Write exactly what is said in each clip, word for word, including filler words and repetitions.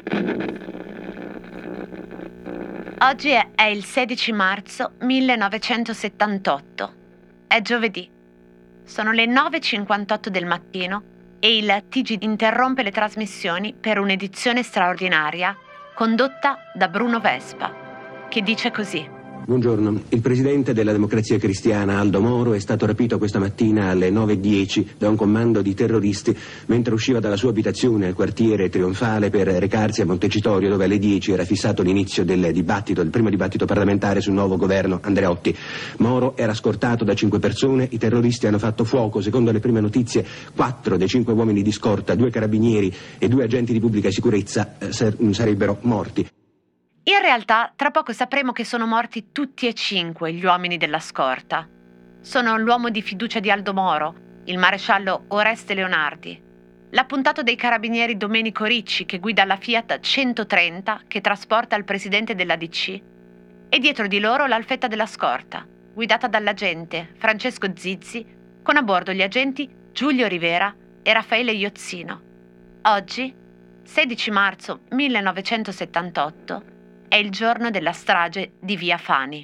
Oggi è, è il sedici marzo millenovecentosettantotto. È giovedì. Sono le nove e cinquantotto del mattino e il T G interrompe le trasmissioni per un'edizione straordinaria condotta da Bruno Vespa, che dice così. Buongiorno. Il presidente della Democrazia Cristiana, Aldo Moro, è stato rapito questa mattina alle nove e dieci da un commando di terroristi mentre usciva dalla sua abitazione al quartiere Trionfale per recarsi a Montecitorio, dove alle dieci era fissato l'inizio del dibattito, il primo dibattito parlamentare sul nuovo governo Andreotti. Moro era scortato da cinque persone, i terroristi hanno fatto fuoco. Secondo le prime notizie, quattro dei cinque uomini di scorta, due carabinieri e due agenti di pubblica sicurezza eh, sarebbero morti. In realtà, tra poco sapremo che sono morti tutti e cinque gli uomini della scorta. Sono l'uomo di fiducia di Aldo Moro, il maresciallo Oreste Leonardi, l'appuntato dei carabinieri Domenico Ricci, che guida la Fiat centotrenta che trasporta il presidente della D C, e dietro di loro l'alfetta della scorta, guidata dall'agente Francesco Zizzi, con a bordo gli agenti Giulio Rivera e Raffaele Iozzino. Oggi, sedici marzo millenovecentosettantotto, è il giorno della strage di Via Fani.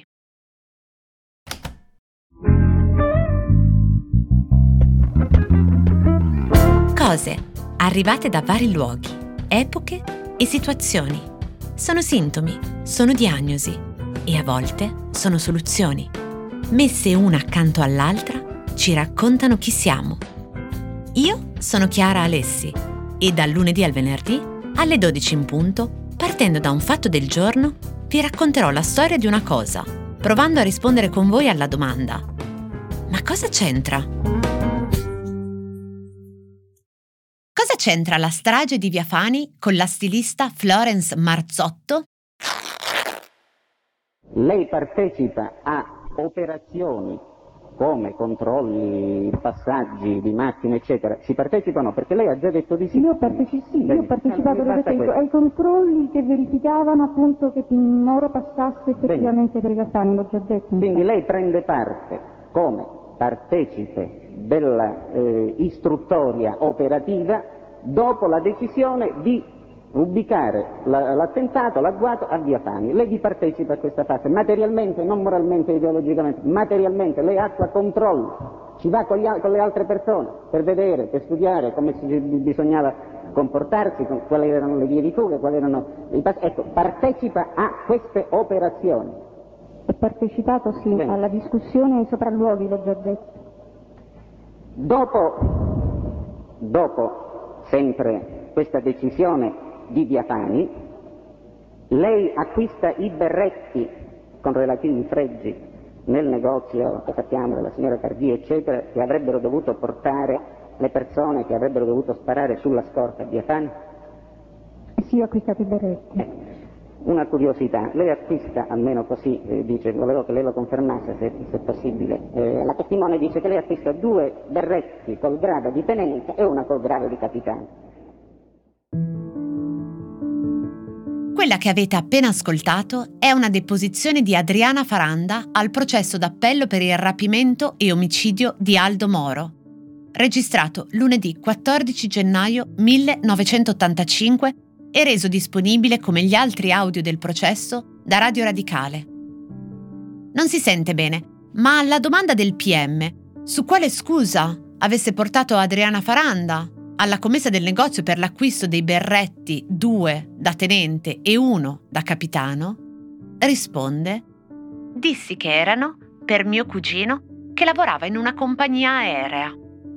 Cose arrivate da vari luoghi, epoche e situazioni. Sono sintomi, sono diagnosi e a volte sono soluzioni. Messe una accanto all'altra ci raccontano chi siamo. Io sono Chiara Alessi e dal lunedì al venerdì alle dodici in punto, partendo da un fatto del giorno, vi racconterò la storia di una cosa, provando a rispondere con voi alla domanda: ma cosa c'entra? Cosa c'entra la strage di Via Fani con la stilista Florence Marzotto? Lei partecipa a operazioni come controlli, passaggi di macchine, eccetera. Si partecipano perché lei ha già detto di sì. Io, parteci- sì, io ho partecipato allora, ai controlli che verificavano appunto che Moro passasse effettivamente per i Cassani, l'ho già detto. Quindi lei prende parte come partecipe della eh, istruttoria operativa dopo la decisione di ubicare la, l'attentato, l'agguato a Via Fani. Lei vi partecipa a questa fase, materialmente, non moralmente, ideologicamente, materialmente. Lei attua controllo, ci va con, gli, con le altre persone per vedere, per studiare come si, bisognava comportarsi, quali erano le vie di fuga, quali erano i passi. Ecco, partecipa a queste operazioni. Ho partecipato, sì, Bene. alla discussione ai sopralluoghi, l'ho già detto. Dopo, dopo sempre questa decisione di Via Fani, lei acquista i berretti con relativi fregi nel negozio, che sappiamo, della signora Cardia, eccetera, che avrebbero dovuto portare le persone che avrebbero dovuto sparare sulla scorta a Via Fani? Sì, ho acquistato i berretti. Eh, una curiosità, lei acquista, almeno così eh, dice, volevo che lei lo confermasse se, se possibile, eh, la testimone dice che lei acquista due berretti col grado di tenente e una col grado di capitano. Quella che avete appena ascoltato è una deposizione di Adriana Faranda al processo d'appello per il rapimento e omicidio di Aldo Moro, registrato lunedì quattordici gennaio millenovecentottantacinque e reso disponibile come gli altri audio del processo da Radio Radicale. Non si sente bene, ma alla domanda del P M su quale scusa avesse portato Adriana Faranda alla commessa del negozio per l'acquisto dei berretti, due da tenente e uno da capitano, risponde: dissi che erano per mio cugino che lavorava in una compagnia aerea.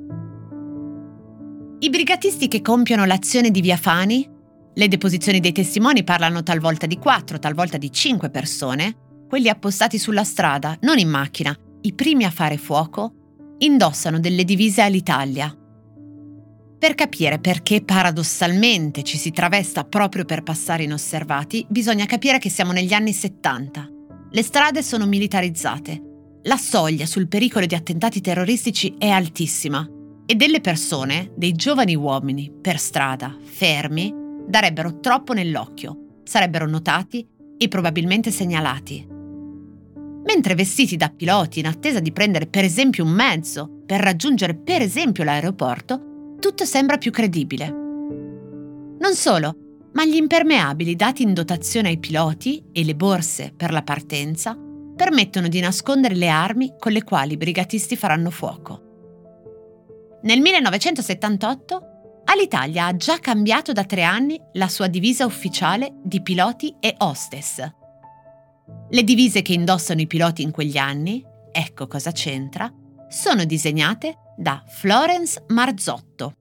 I brigatisti che compiono l'azione di Via Fani, le deposizioni dei testimoni parlano talvolta di quattro, talvolta di cinque persone, quelli appostati sulla strada, non in macchina, i primi a fare fuoco, indossano delle divise all'Italia. Per capire perché paradossalmente ci si travesta proprio per passare inosservati, bisogna capire che siamo negli anni settanta. Le strade sono militarizzate, la soglia sul pericolo di attentati terroristici è altissima e delle persone, dei giovani uomini, per strada, fermi, darebbero troppo nell'occhio, sarebbero notati e probabilmente segnalati. Mentre vestiti da piloti in attesa di prendere per esempio un mezzo per raggiungere per esempio l'aeroporto, tutto sembra più credibile. Non solo, ma gli impermeabili dati in dotazione ai piloti e le borse per la partenza permettono di nascondere le armi con le quali i brigatisti faranno fuoco. Nel millenovecentosettantotto Alitalia ha già cambiato da tre anni la sua divisa ufficiale di piloti e hostess. Le divise che indossano i piloti in quegli anni, ecco cosa c'entra, sono disegnate da Florence Marzotto.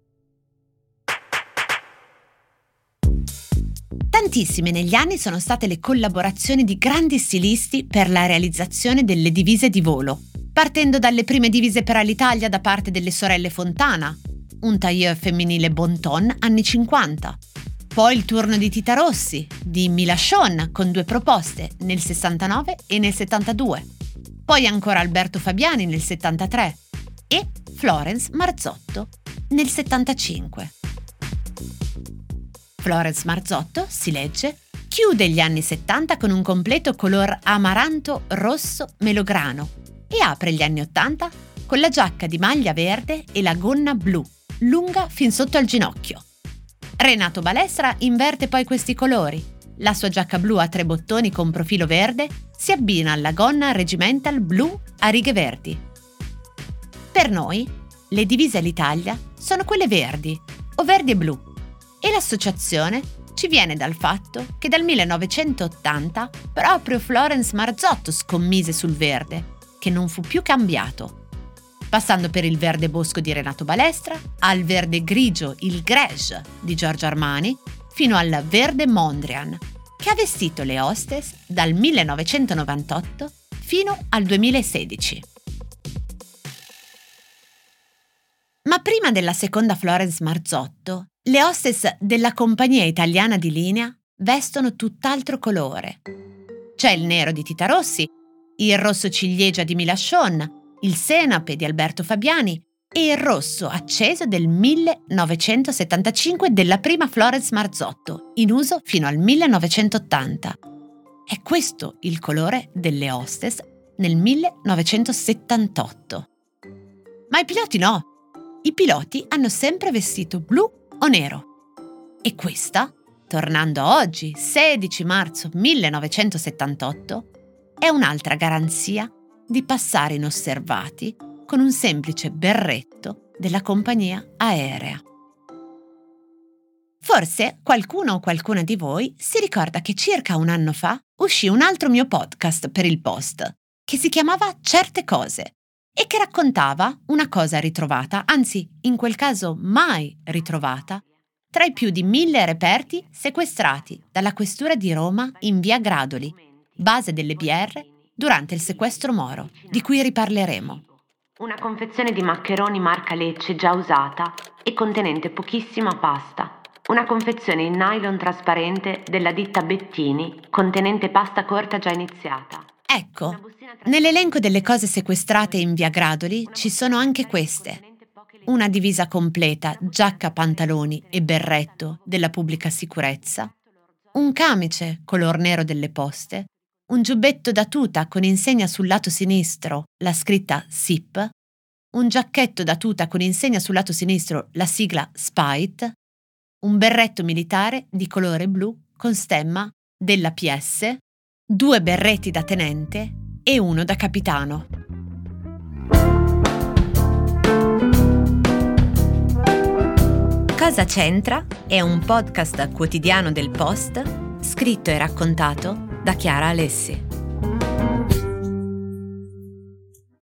Tantissime negli anni sono state le collaborazioni di grandi stilisti per la realizzazione delle divise di volo, partendo dalle prime divise per Alitalia da parte delle sorelle Fontana, un tailleur femminile bon ton anni cinquanta, poi il turno di Tita Rossi, di Milachon con due proposte nel sessantanove e nel settantadue, poi ancora Alberto Fabiani nel settantatré e Florence Marzotto nel settantacinque. Florence Marzotto, si legge, chiude gli anni settanta con un completo color amaranto rosso melograno e apre gli anni ottanta con la giacca di maglia verde e la gonna blu, lunga fin sotto al ginocchio. Renato Balestra inverte poi questi colori. La sua giacca blu a tre bottoni con profilo verde si abbina alla gonna regimental blu a righe verdi. Per noi, le divise Alitalia sono quelle verdi, o verdi e blu, e l'associazione ci viene dal fatto che dal millenovecentottanta proprio Florence Marzotto scommise sul verde, che non fu più cambiato, passando per il verde bosco di Renato Balestra, al verde grigio, il Grège di Giorgio Armani, fino al verde Mondrian, che ha vestito le hostess dal millenovecentonovantotto fino al duemilasedici. Ma prima della seconda Florence Marzotto, le hostess della compagnia italiana di linea vestono tutt'altro colore. C'è il nero di Tita Rossi, il rosso ciliegia di Milachon, il senape di Alberto Fabiani e il rosso acceso del millenovecentosettantacinque della prima Florence Marzotto, in uso fino al millenovecentottanta. È questo il colore delle hostess nel millenovecentosettantotto. Ma i piloti no! I piloti hanno sempre vestito blu o nero. E questa, tornando a oggi, sedici marzo millenovecentosettantotto, è un'altra garanzia di passare inosservati con un semplice berretto della compagnia aerea. Forse qualcuno o qualcuna di voi si ricorda che circa un anno fa uscì un altro mio podcast per il Post, che si chiamava Certe cose e che raccontava una cosa ritrovata, anzi in quel caso mai ritrovata, tra i più di mille reperti sequestrati dalla questura di Roma in via Gradoli, base delle B R, durante il sequestro Moro, di cui riparleremo. Una confezione di maccheroni marca Lecce già usata e contenente pochissima pasta. Una confezione in nylon trasparente della ditta Bettini, contenente pasta corta già iniziata. Ecco, nell'elenco delle cose sequestrate in via Gradoli ci sono anche queste. Una divisa completa, giacca, pantaloni e berretto della pubblica sicurezza, un camice color nero delle poste, un giubbetto da tuta con insegna sul lato sinistro la scritta S I P, un giacchetto da tuta con insegna sul lato sinistro la sigla S P I T, un berretto militare di colore blu con stemma della P S, due berretti da tenente e uno da capitano. Cosa c'entra è un podcast quotidiano del Post, scritto e raccontato da Chiara Alessi.